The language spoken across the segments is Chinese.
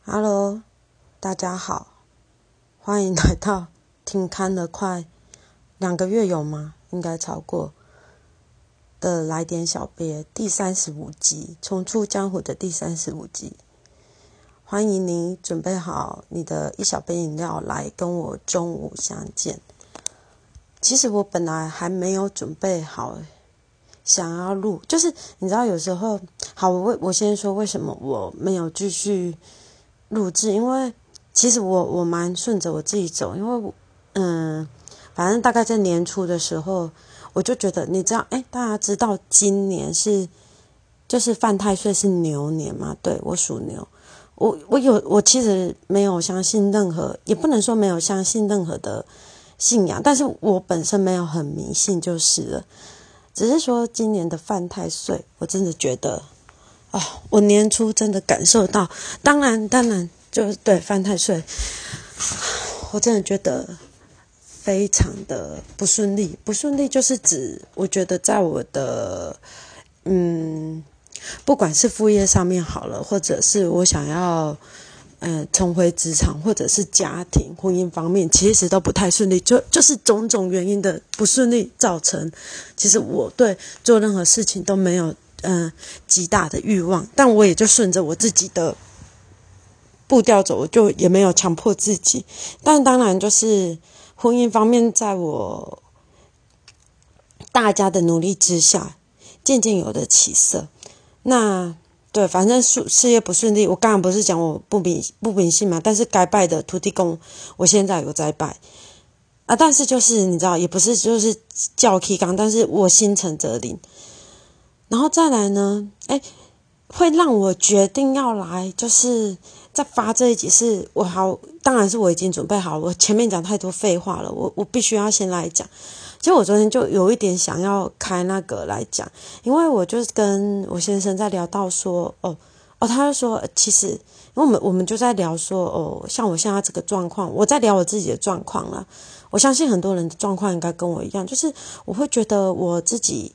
Hello，大家好，欢迎来到停刊了快2个月有吗？应该超过的来点小别第35集，重出江湖的第35集。欢迎你准备好你的一小杯饮料来跟我中午相见。其实我本来还没有准备好想要录，就是你知道有时候，好，我先说为什么我没有继续录制，因为其实我蛮顺着我自己走，因为反正大概在年初的时候，我就觉得你知道，大家知道今年就是犯太岁是牛年嘛？对，我属牛，我其实没有相信任何，也不能说没有相信任何的信仰，但是我本身没有很迷信就是了。只是说今年的犯太岁，我真的觉得我年初真的感受到，当然就是对犯太岁，我真的觉得非常的不顺利。不顺利就是指，我觉得在我的不管是副业上面好了，或者是我想要重回职场，或者是家庭婚姻方面，其实都不太顺利，就是种种原因的不顺利造成，其实我对做任何事情都没有极大的欲望，但我也就顺着我自己的步调走，我就也没有强迫自己。但当然就是婚姻方面，在我大家的努力之下，渐渐有了起色。那对，反正事业不顺利，我刚刚不是讲我不迷信嘛，但是该拜的土地公，我现在有在拜啊。但是就是你知道，也不是就是叫 K 刚，但是我心诚则灵。然后再来呢，会让我决定要来，就是在发这一集是当然是我已经准备好了，我前面讲太多废话了，我必须要先来讲。其实我昨天就有一点想要开那个来讲，因为我就是跟我先生在聊到说，他就说，其实因为我们就在聊说，像我现在这个状况，我在聊我自己的状况啦。我相信很多人的状况应该跟我一样，就是我会觉得我自己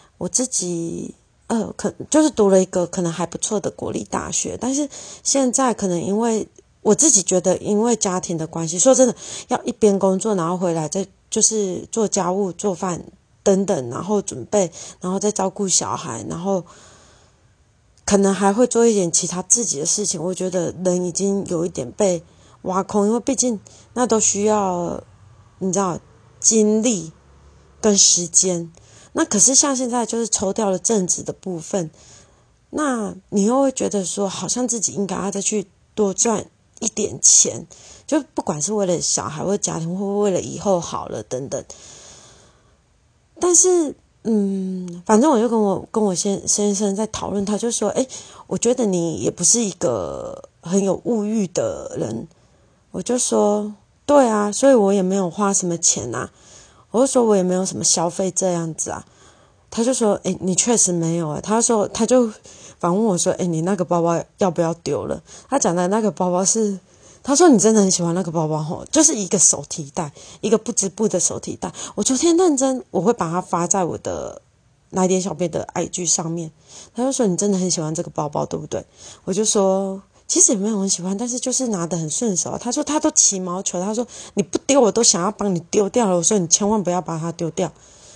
就是读了一个可能还不错的国立大学，但是现在可能因为我自己觉得，因为家庭的关系，说真的，要一边工作，然后回来再就是做家务、做饭等等，然后准备，然后再照顾小孩，然后可能还会做一点其他自己的事情。我觉得人已经有一点被挖空，因为毕竟那都需要你知道精力跟时间。那可是像现在就是抽掉了正职的部分，那你又会觉得说，好像自己应该要再去多赚一点钱，就不管是为了小孩或家庭，或为了以后好了等等。但是反正我就跟我先生在讨论，他就说，我觉得你也不是一个很有物欲的人。我就说，对啊，所以我也没有花什么钱啊。我就说我也没有什么消费这样子啊。他就说，你确实没有啊。他就反问我说，你那个包包要不要丢了？他讲的那个包包是，他说你真的很喜欢那个包包吼，就是一个手提袋，一个不织布的手提袋。我昨天认真，我会把它发在我的来点小贝的 IG 上面。他就说你真的很喜欢这个包包，对不对？我就说其实也没有很喜欢，但是就是拿得很顺手。他说他都起毛球，他说你不丢我都想要帮你丢掉了。我说你千万不要把它丢掉。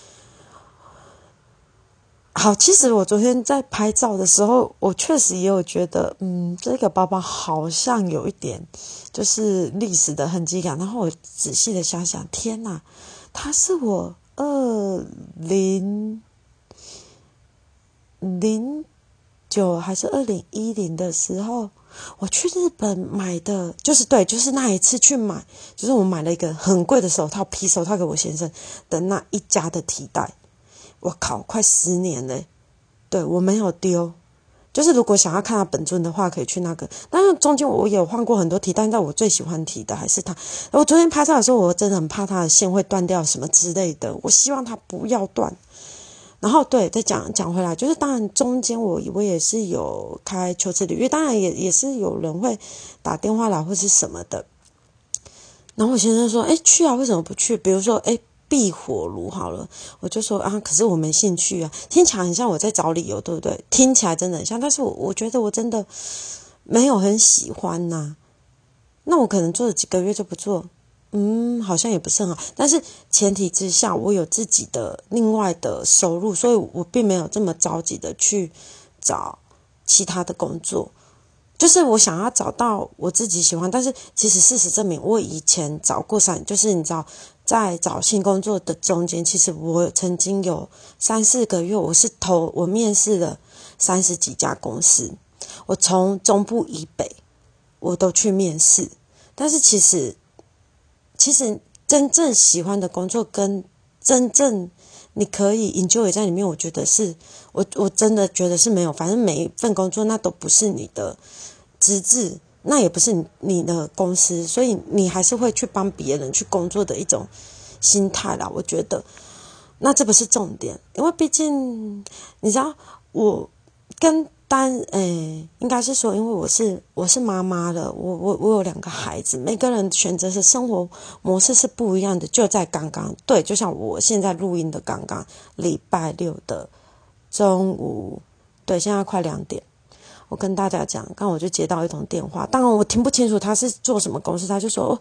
好，其实我昨天在拍照的时候，我确实也有觉得，这个包包好像有一点就是历史的痕迹感。然后我仔细的想想，天哪，它是我2009还是2010的时候，我去日本买的，就是那一次去买，就是我买了一个很贵的手套，皮手套给我先生的那一家的提袋。我靠，快10年了，对，我没有丢。就是如果想要看它本尊的话，可以去那个。但是中间我也有换过很多提，但是我最喜欢提的还是它。我昨天拍照的时候，我真的很怕它的线会断掉什么之类的，我希望它不要断。然后对，再讲回来，就是当然中间我也是有开求职履历，当然也是有人会打电话来或是什么的。然后我先生说，去啊，为什么不去？比如说，壁火炉好了，我就说啊，可是我没兴趣啊。听起来很像我在找理由，对不对？听起来真的很像，但是我觉得我真的没有很喜欢那我可能做了几个月就不做，好像也不是很好。但是前提之下，我有自己的另外的收入，所以我并没有这么着急的去找其他的工作。就是我想要找到我自己喜欢，但是其实事实证明，我以前找过就是你知道，在找新工作的中间，其实我曾经有3-4个月，我面试了30几家公司，我从中部以北我都去面试，但是其实真正喜欢的工作跟真正你可以 enjoy 在里面，我觉得是我真的觉得是没有，反正每一份工作那都不是你的资质，那也不是你的公司，所以你还是会去帮别人去工作的一种心态啦，我觉得。那这不是重点，因为毕竟你知道我跟应该是说，因为我是妈妈了，我有2个孩子，每个人选择的生活模式是不一样的。就在刚刚，对，就像我现在录音的刚刚，礼拜6的中午，对，现在快2点。我跟大家讲，刚我就接到一通电话，当然我听不清楚他是做什么公司，他就说，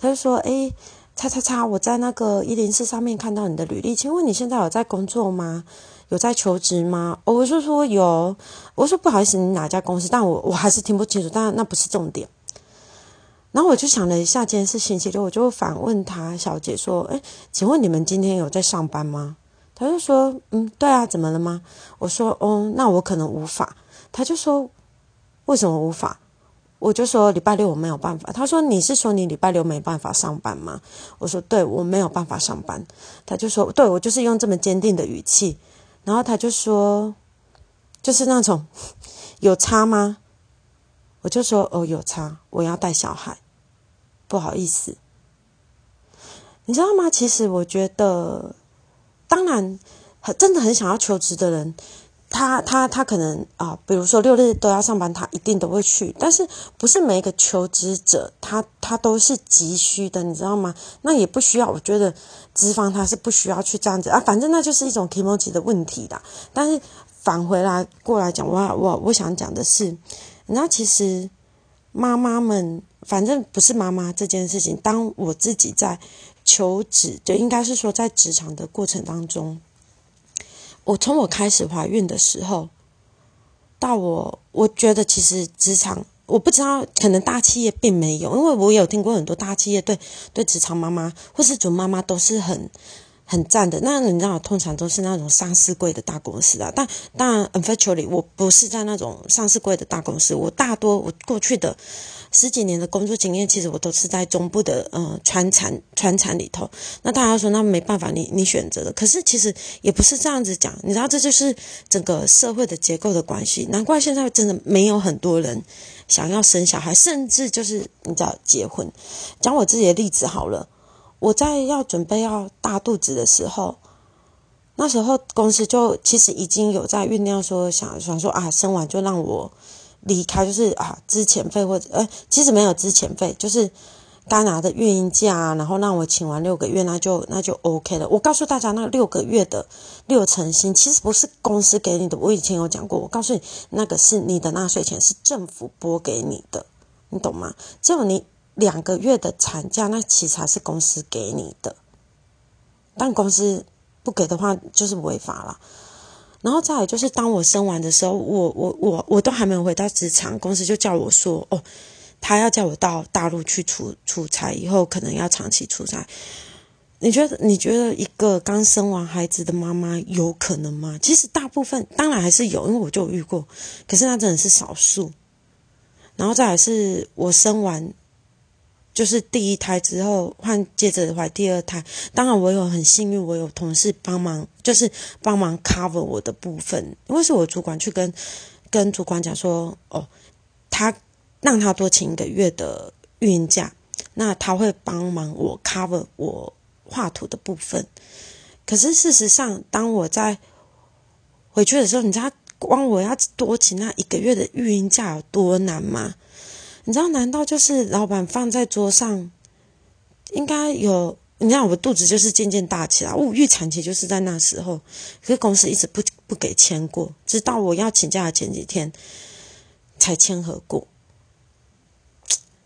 我在那个104上面看到你的履历，请问你现在有在工作吗？有在求职吗？我就说有，我说不好意思，你哪家公司？但我还是听不清楚，但那不是重点。然后我就想了一下，今天是星期六，我就反问他小姐说，请问你们今天有在上班吗？他就说，对啊，怎么了吗？我说，那我可能无法。他就说，为什么无法？我就说礼拜6我没有办法。他说你是说你礼拜6没办法上班吗？我说对，我没有办法上班。他就说对，我就是用这么坚定的语气。然后他就说就是那种有差吗？我就说有差，我要带小孩，不好意思。你知道吗？其实我觉得当然真的很想要求职的人，他可能比如说6日都要上班，他一定都会去。但是不是每一个求职者他都是急需的，你知道吗？那也不需要，我觉得资方他是不需要去这样子反正那就是一种 kimochi 的问题啦。但是返回来过来讲，我想讲的是，你知道其实妈妈们，反正不是妈妈这件事情，当我自己在求职，就应该是说在职场的过程当中，从我开始怀孕的时候到我觉得其实职场，我不知道可能大企业并没有，因为我有听过很多大企业对职场妈妈或是准妈妈都是很赞的。那你知道通常都是那种上市柜的大公司但当然 unfortunately 我不是在那种上市柜的大公司，我过去的10几年的工作经验，其实我都是在中部的传产里头。那大家说那没办法，你选择的，可是其实也不是这样子讲，你知道这就是整个社会的结构的关系。难怪现在真的没有很多人想要生小孩，甚至就是你知道结婚。讲我自己的例子好了，我在要准备要大肚子的时候，那时候公司就其实已经有在酝酿说想说生完就让我离开，就是资遣费或者其实没有资遣费，就是该拿的孕婴假然后让我请完6个月，那就 OK 了。我告诉大家，那6个月的6成薪其实不是公司给你的，我以前有讲过，我告诉你那个是你的纳税钱，是政府拨给你的，你懂吗？只有你2个月的产假，那其实才是公司给你的，但公司不给的话就是违法啦。然后再来就是当我生完的时候，我都还没有回到职场，公司就叫我说他要叫我到大陆去出差，以后可能要长期出差。你觉得一个刚生完孩子的妈妈有可能吗？其实大部分当然还是有，因为我就有遇过，可是那真的是少数。然后再来是我生完就是第1胎之后接着怀第2胎，当然我有很幸运，我有同事帮忙，就是帮忙 cover 我的部分，因为是我主管去跟主管讲说他让他多请1个月的孕婴假，那他会帮忙我 cover 我画图的部分。可是事实上当我在回去的时候，你知道光我要多请那1个月的孕婴假有多难吗？你知道难道就是老板放在桌上应该有，你看我肚子就是渐渐大起来，我预产期就是在那时候，可是公司一直不给签过，直到我要请假的前几天才签合过。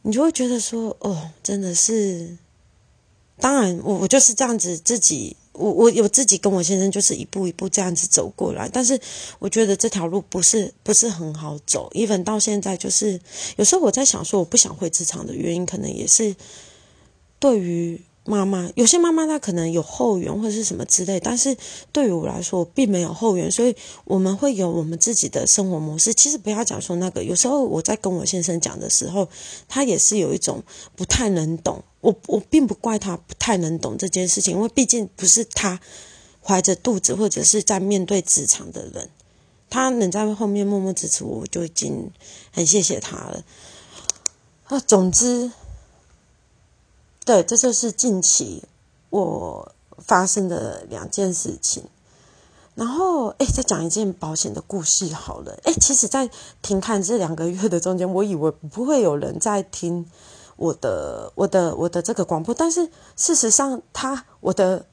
你就会觉得说，真的是，当然我就是这样子自己，我有自己跟我先生就是一步一步这样子走过来，但是我觉得这条路不是很好走，even 到现在就是有时候我在想说，我不想回职场的原因，可能也是对于妈妈，有些妈妈她可能有后援或者是什么之类，但是对于我来说，我并没有后援，所以我们会有我们自己的生活模式。其实不要讲说那个，有时候我在跟我先生讲的时候，他也是有一种不太能懂。我并不怪他不太能懂这件事情，因为毕竟不是他怀着肚子或者是在面对职场的人，他能在后面默默支持我，我就已经很谢谢他了。总之。对，这就是近期我发生的2件事情。然后，再讲一件保险的故事好了。其实在停刊这2个月的中间，我以为不会有人在听我的这个广播，但是事实上，我的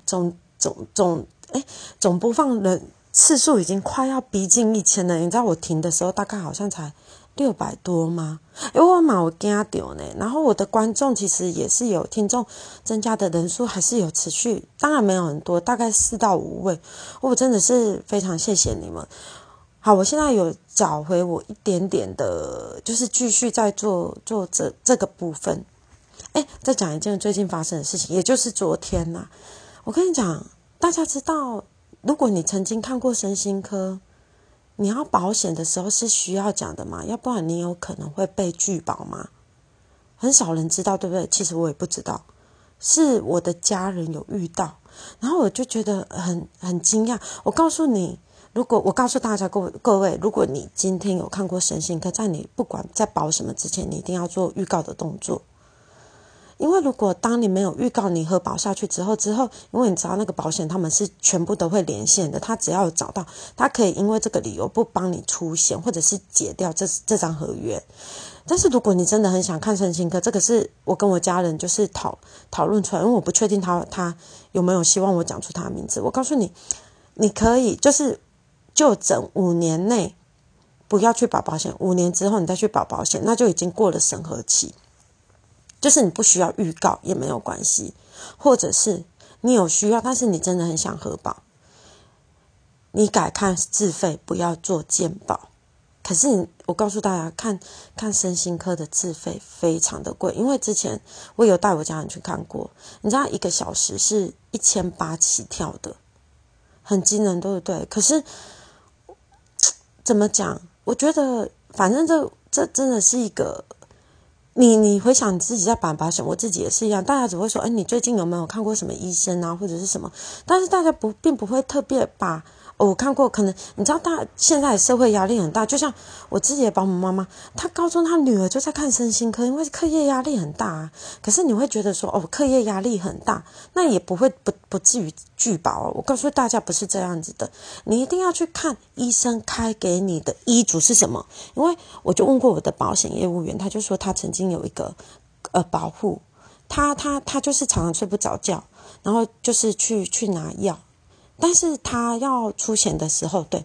总播放人次数已经快要逼近1000了。你知道我停的时候大概好像才600多吗？我蛮有惊到呢。然后我的观众其实也是有听众增加的人数还是有持续，当然没有很多，大概4到5位。我真的是非常谢谢你们。好，我现在有找回我一点点的，就是继续在做这个部分。再讲一件最近发生的事情，也就是昨天啦。我跟你讲，大家知道，如果你曾经看过身心科，你要保险的时候是需要讲的嘛？要不然你有可能会被拒保吗？很少人知道，对不对？其实我也不知道，是我的家人有遇到，然后我就觉得很惊讶。我告诉你，我告诉大家各位，如果你今天有看过身心科，在你不管在保什么之前，你一定要做预告的动作。因为如果当你没有预告你核保下去之后，因为你知道那个保险他们是全部都会连线的，他只要有找到，他可以因为这个理由不帮你出险，或者是解掉这张合约。但是如果你真的很想看身心科，这个是我跟我家人就是讨论出来，因为我不确定他有没有希望我讲出他的名字。我告诉你，你可以就诊5年内不要去保保险，5年之后你再去保保险，那就已经过了审核期。就是你不需要预告也没有关系，或者是你有需要，但是你真的很想核保，你改看自费，不要做健保。可是我告诉大家，看身心科的自费非常的贵，因为之前我有带我家人去看过，你知道1个小时是1800起跳的，很惊人，对不对？可是怎么讲？我觉得反正这真的是一个。你回想你自己在保险，我自己也是一样，大家只会说，你最近有没有看过什么医生啊，或者是什么？但是大家并不会特别把，我看过，可能你知道，现在社会压力很大，就像我自己的保姆妈妈，她高中她女儿就在看身心科，因为课业压力很大啊。可是你会觉得说，课业压力很大，那也不会不至于拒保哦。我告诉大家不是这样子的，你一定要去看医生开给你的医嘱是什么。因为我就问过我的保险业务员，他就说他曾经有一个保护，他就是常常睡不着觉，然后就是去拿药，但是他要出险的时候，对，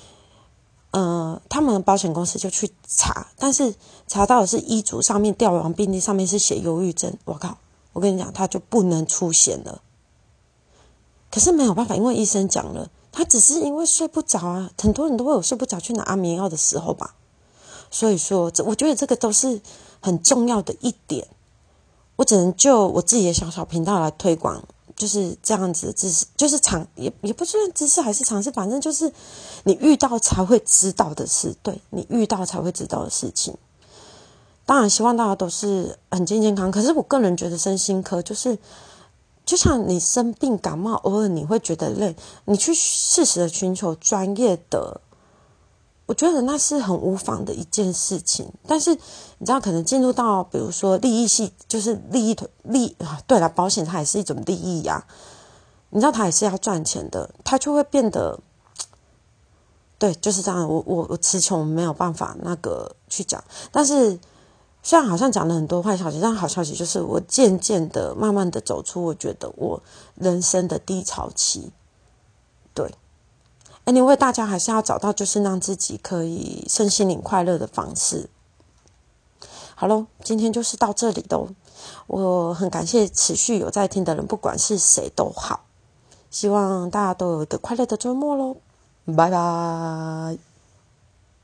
他们保险公司就去查，但是查到的是医嘱上面调完病历上面是写忧郁症，我靠，我跟你讲，他就不能出险了。可是没有办法，因为医生讲了，他只是因为睡不着啊，很多人都会有睡不着去拿安眠药的时候吧。所以说，我觉得这个都是很重要的一点。我只能就我自己的小频道来推广，就是这样子的知识，就是也不算知识还是常识，反正就是你遇到才会知道的事，对，你遇到才会知道的事情。当然，希望大家都是很健康。可是我个人觉得身心科就像你生病感冒，偶尔你会觉得累，你去适时的寻求专业的。我觉得那是很无妨的一件事情，但是你知道，可能进入到比如说利益系，就是对了，保险它也是一种利益呀，你知道它也是要赚钱的，它就会变得，对，就是这样。我词穷没有办法那个去讲，但是虽然好像讲了很多坏消息，但好消息就是我渐渐的、慢慢的走出我觉得我人生的低潮期，对。Anyway， 大家还是要找到就是让自己可以身心灵快乐的方式。 好咯，今天就是到这里咯。我很感谢持续有在听的人，不管是谁都好，希望大家都有一个快乐的周末咯，拜拜。